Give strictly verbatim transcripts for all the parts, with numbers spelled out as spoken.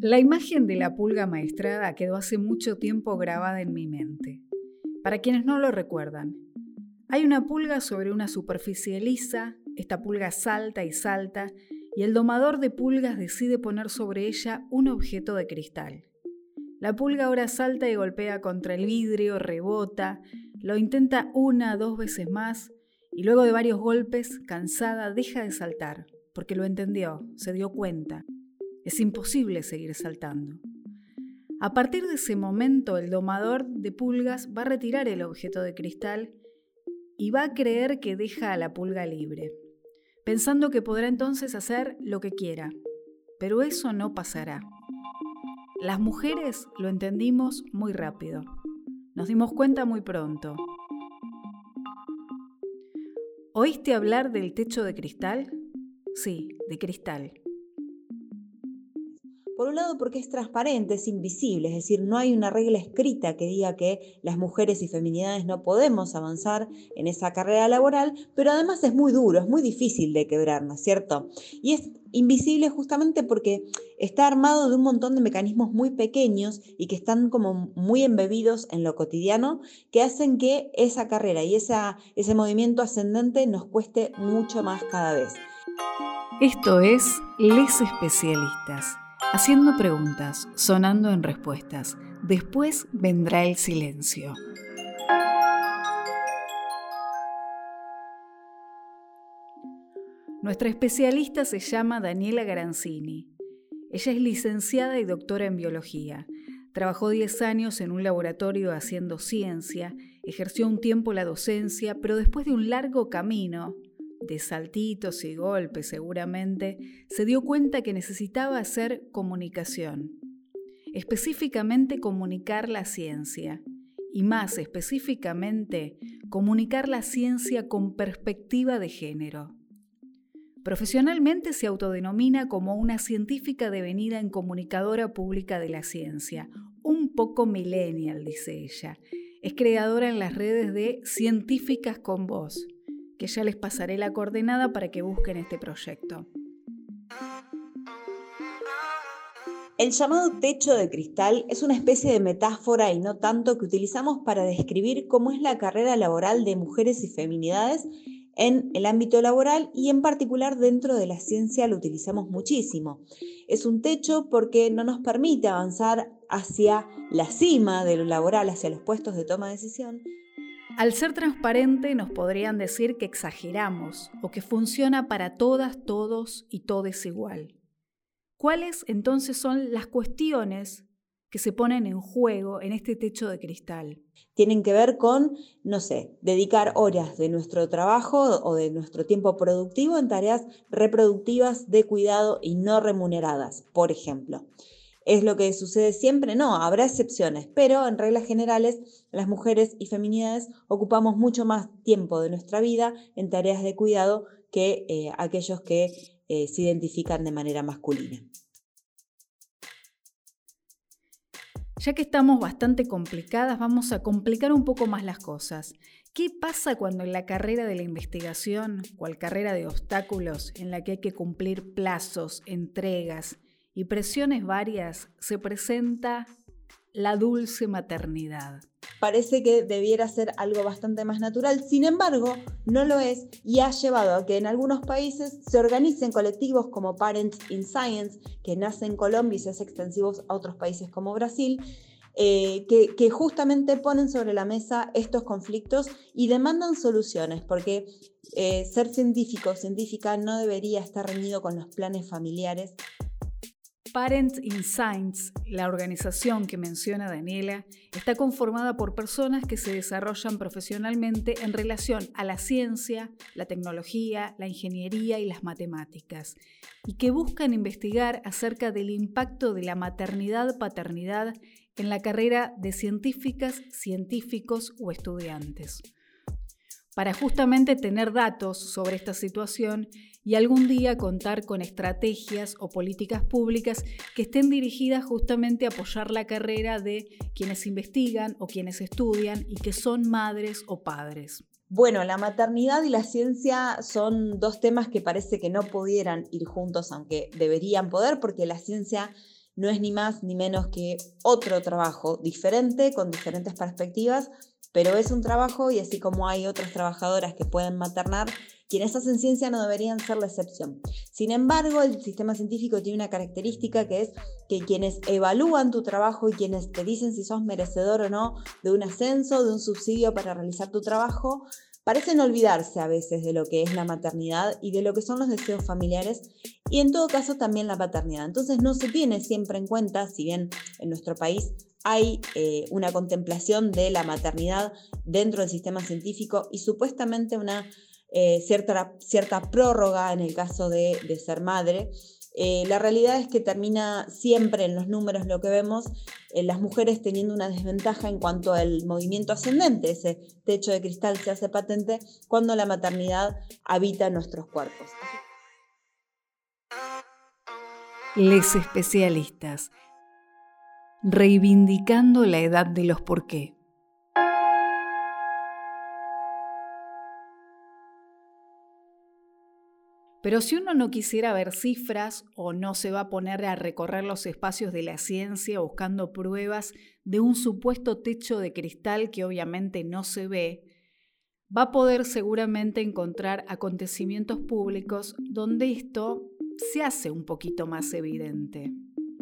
La imagen de la pulga maestrada quedó hace mucho tiempo grabada en mi mente. Para quienes no lo recuerdan, hay una pulga sobre una superficie lisa, esta pulga salta y salta, y el domador de pulgas decide poner sobre ella un objeto de cristal. La pulga ahora salta y golpea contra el vidrio, rebota, lo intenta una, dos veces más, y luego de varios golpes, cansada, deja de saltar, porque lo entendió, se dio cuenta. Es imposible seguir saltando. A partir de ese momento, el domador de pulgas va a retirar el objeto de cristal y va a creer que deja a la pulga libre, pensando que podrá entonces hacer lo que quiera. Pero eso no pasará. Las mujeres lo entendimos muy rápido. Nos dimos cuenta muy pronto. ¿Oíste hablar del techo de cristal? Sí, de cristal. Por un lado porque es transparente, es invisible, es decir, no hay una regla escrita que diga que las mujeres y feminidades no podemos avanzar en esa carrera laboral, pero además es muy duro, es muy difícil de quebrar, ¿no es cierto? Y es invisible justamente porque está armado de un montón de mecanismos muy pequeños y que están como muy embebidos en lo cotidiano, que hacen que esa carrera y esa, ese movimiento ascendente nos cueste mucho más cada vez. Esto es Les Especialistas. Haciendo preguntas, sonando en respuestas. Después vendrá el silencio. Nuestra especialista se llama Daniela Garanzini. Ella es licenciada y doctora en biología. Trabajó diez años en un laboratorio haciendo ciencia, ejerció un tiempo la docencia, pero después de un largo camino, de saltitos y golpes seguramente, se dio cuenta que necesitaba hacer comunicación. Específicamente comunicar la ciencia. Y más específicamente, comunicar la ciencia con perspectiva de género. Profesionalmente se autodenomina como una científica devenida en comunicadora pública de la ciencia. Un poco millennial, dice ella. Es creadora en las redes de Científicas con Voz, que ya les pasaré la coordenada para que busquen este proyecto. El llamado techo de cristal es una especie de metáfora y no tanto que utilizamos para describir cómo es la carrera laboral de mujeres y feminidades en el ámbito laboral y en particular dentro de la ciencia lo utilizamos muchísimo. Es un techo porque no nos permite avanzar hacia la cima de lo laboral, hacia los puestos de toma de decisión. Al ser transparente nos podrían decir que exageramos o que funciona para todas, todos y todes igual. ¿Cuáles entonces son las cuestiones que se ponen en juego en este techo de cristal? Tienen que ver con, no sé, dedicar horas de nuestro trabajo o de nuestro tiempo productivo en tareas reproductivas de cuidado y no remuneradas, por ejemplo. ¿Es lo que sucede siempre? No, habrá excepciones, pero en reglas generales las mujeres y feminidades ocupamos mucho más tiempo de nuestra vida en tareas de cuidado que eh, aquellos que eh, se identifican de manera masculina. Ya que estamos bastante complicadas, vamos a complicar un poco más las cosas. ¿Qué pasa cuando en la carrera de la investigación, cual carrera de obstáculos en la que hay que cumplir plazos, entregas y presiones varias, se presenta la dulce maternidad? Parece que debiera ser algo bastante más natural, sin embargo, no lo es y ha llevado a que en algunos países se organicen colectivos como Parents in Science, que nace en Colombia y se hace extensivos a otros países como Brasil, eh, que, que justamente ponen sobre la mesa estos conflictos y demandan soluciones, porque eh, ser científico o científica no debería estar reñido con los planes familiares. Parents in Science, la organización que menciona Daniela, está conformada por personas que se desarrollan profesionalmente en relación a la ciencia, la tecnología, la ingeniería y las matemáticas, y que buscan investigar acerca del impacto de la maternidad-paternidad en la carrera de científicas, científicos o estudiantes. Para justamente tener datos sobre esta situación y algún día contar con estrategias o políticas públicas que estén dirigidas justamente a apoyar la carrera de quienes investigan o quienes estudian y que son madres o padres. Bueno, la maternidad y la ciencia son dos temas que parece que no pudieran ir juntos, aunque deberían poder, porque la ciencia no es ni más ni menos que otro trabajo diferente, con diferentes perspectivas, pero es un trabajo y así como hay otras trabajadoras que pueden maternar, quienes hacen ciencia no deberían ser la excepción. Sin embargo, el sistema científico tiene una característica que es que quienes evalúan tu trabajo y quienes te dicen si sos merecedor o no de un ascenso, de un subsidio para realizar tu trabajo, parecen olvidarse a veces de lo que es la maternidad y de lo que son los deseos familiares y en todo caso también la paternidad. Entonces no se tiene siempre en cuenta, si bien en nuestro país hay eh, una contemplación de la maternidad dentro del sistema científico y supuestamente una eh, cierta, cierta prórroga en el caso de, de ser madre. Eh, la realidad es que termina siempre en los números lo que vemos, eh, las mujeres teniendo una desventaja en cuanto al movimiento ascendente. Ese techo de cristal se hace patente cuando la maternidad habita nuestros cuerpos. Les especialistas, reivindicando la edad de los por qué. Pero si uno no quisiera ver cifras o no se va a poner a recorrer los espacios de la ciencia buscando pruebas de un supuesto techo de cristal que obviamente no se ve, va a poder seguramente encontrar acontecimientos públicos donde esto se hace un poquito más evidente.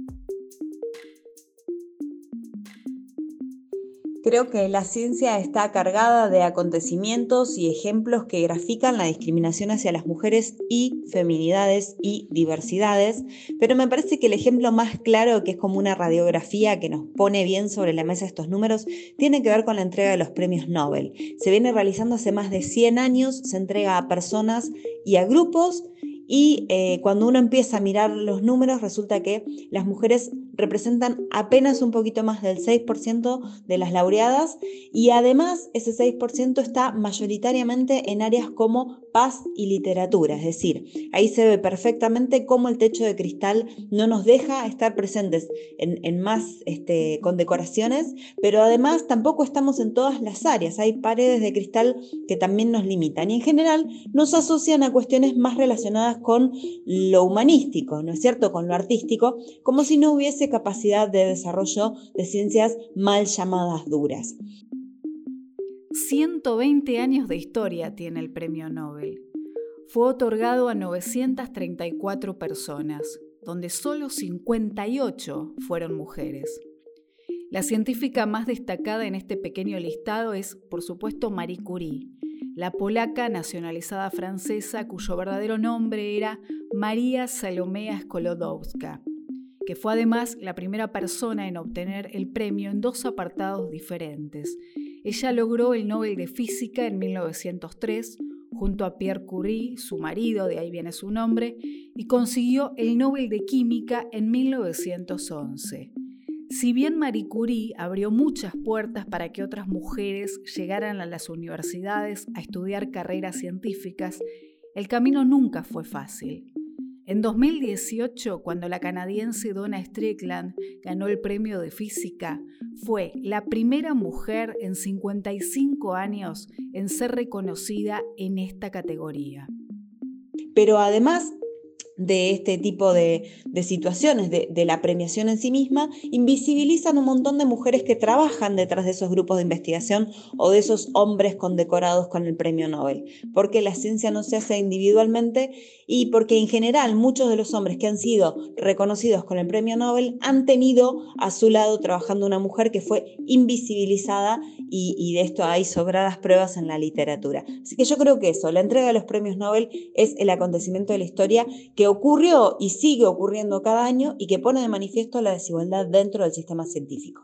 Creo que la ciencia está cargada de acontecimientos y ejemplos que grafican la discriminación hacia las mujeres y feminidades y diversidades, pero me parece que el ejemplo más claro, que es como una radiografía que nos pone bien sobre la mesa estos números, tiene que ver con la entrega de los premios Nobel. Se viene realizando hace más de cien años, se entrega a personas y a grupos, y eh, cuando uno empieza a mirar los números resulta que las mujeres representan apenas un poquito más del seis por ciento de las laureadas y además ese seis por ciento está mayoritariamente en áreas como paz y literatura, es decir, ahí se ve perfectamente cómo el techo de cristal no nos deja estar presentes en, en más este, condecoraciones, pero además tampoco estamos en todas las áreas, hay paredes de cristal que también nos limitan y en general nos asocian a cuestiones más relacionadas con lo humanístico, ¿no es cierto?, con lo artístico, como si no hubiese capacidad de desarrollo de ciencias mal llamadas duras. ciento veinte años de historia tiene el premio Nobel. Fue otorgado a novecientas treinta y cuatro personas, donde solo cincuenta y ocho fueron mujeres. La científica más destacada en este pequeño listado es, por supuesto, Marie Curie, la polaca nacionalizada francesa cuyo verdadero nombre era María Salomea Skolodowska, que fue además la primera persona en obtener el premio en dos apartados diferentes. Ella logró el Nobel de Física en mil novecientos tres, junto a Pierre Curie, su marido, de ahí viene su nombre, y consiguió el Nobel de Química en mil novecientos once. Si bien Marie Curie abrió muchas puertas para que otras mujeres llegaran a las universidades a estudiar carreras científicas, el camino nunca fue fácil. En dos mil dieciocho, cuando la canadiense Donna Strickland ganó el premio de física, fue la primera mujer en cincuenta y cinco años en ser reconocida en esta categoría. Pero además de este tipo de, de situaciones, de, de la premiación en sí misma, invisibilizan un montón de mujeres que trabajan detrás de esos grupos de investigación o de esos hombres condecorados con el premio Nobel, porque la ciencia no se hace individualmente y porque en general muchos de los hombres que han sido reconocidos con el premio Nobel han tenido a su lado trabajando una mujer que fue invisibilizada y, y de esto hay sobradas pruebas en la literatura. Así que yo creo que eso, la entrega de los premios Nobel es el acontecimiento de la historia que ocurrió y sigue ocurriendo cada año y que pone de manifiesto la desigualdad dentro del sistema científico.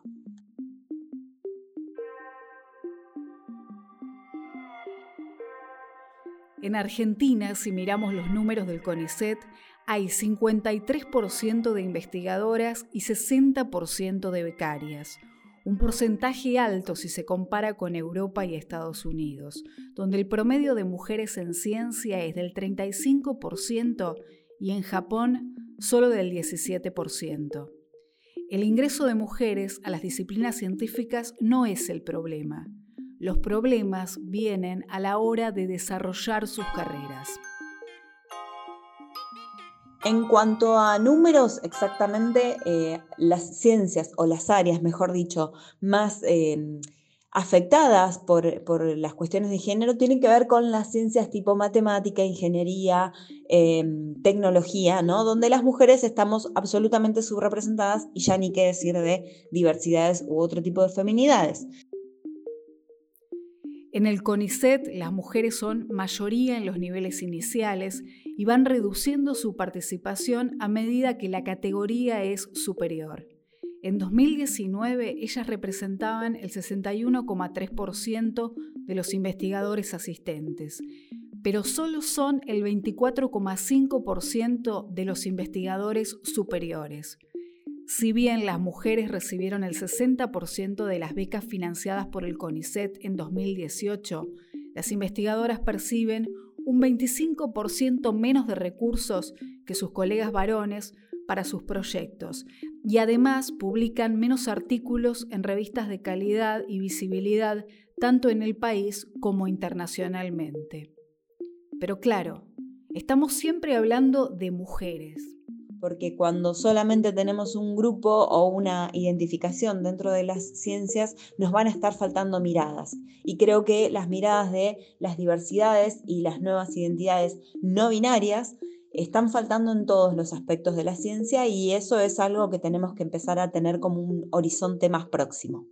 En Argentina, si miramos los números del CONICET, hay cincuenta y tres por ciento de investigadoras y sesenta por ciento de becarias. Un porcentaje alto si se compara con Europa y Estados Unidos, donde el promedio de mujeres en ciencia es del treinta y cinco por ciento y en Japón solo del diecisiete por ciento. El ingreso de mujeres a las disciplinas científicas no es el problema. Los problemas vienen a la hora de desarrollar sus carreras. En cuanto a números, exactamente eh, las ciencias o las áreas, mejor dicho, más eh, afectadas por, por las cuestiones de género tienen que ver con las ciencias tipo matemática, ingeniería, eh, tecnología, ¿no? Donde las mujeres estamos absolutamente subrepresentadas y ya ni qué decir de diversidades u otro tipo de feminidades. En el CONICET, las mujeres son mayoría en los niveles iniciales y van reduciendo su participación a medida que la categoría es superior. En dos mil diecinueve, ellas representaban el sesenta y uno coma tres por ciento de los investigadores asistentes, pero solo son el veinticuatro coma cinco por ciento de los investigadores superiores. Si bien las mujeres recibieron el sesenta por ciento de las becas financiadas por el CONICET en dos mil dieciocho, las investigadoras perciben un veinticinco por ciento menos de recursos que sus colegas varones para sus proyectos y además publican menos artículos en revistas de calidad y visibilidad tanto en el país como internacionalmente. Pero claro, estamos siempre hablando de mujeres. Porque cuando solamente tenemos un grupo o una identificación dentro de las ciencias, nos van a estar faltando miradas. Y creo que las miradas de las diversidades y las nuevas identidades no binarias están faltando en todos los aspectos de la ciencia y eso es algo que tenemos que empezar a tener como un horizonte más próximo.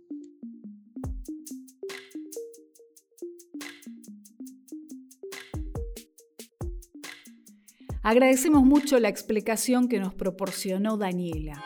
Agradecemos mucho la explicación que nos proporcionó Daniela.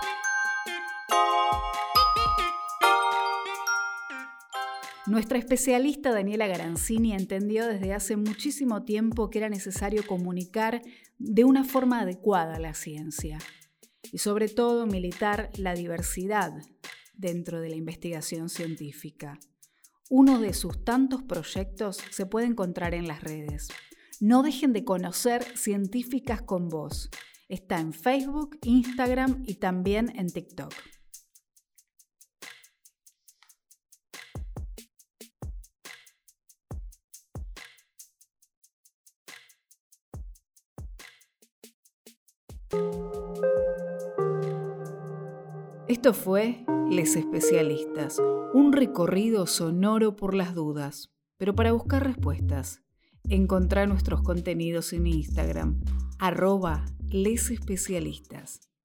Nuestra especialista Daniela Garanzini entendió desde hace muchísimo tiempo que era necesario comunicar de una forma adecuada la ciencia y sobre todo militar la diversidad dentro de la investigación científica. Uno de sus tantos proyectos se puede encontrar en las redes. No dejen de conocer Científicas con Voz. Está en Facebook, Instagram y también en TikTok. Esto fue Les Especialistas, un recorrido sonoro por las dudas, pero para buscar respuestas. Encontrá nuestros contenidos en Instagram, arroba Les Especialistas.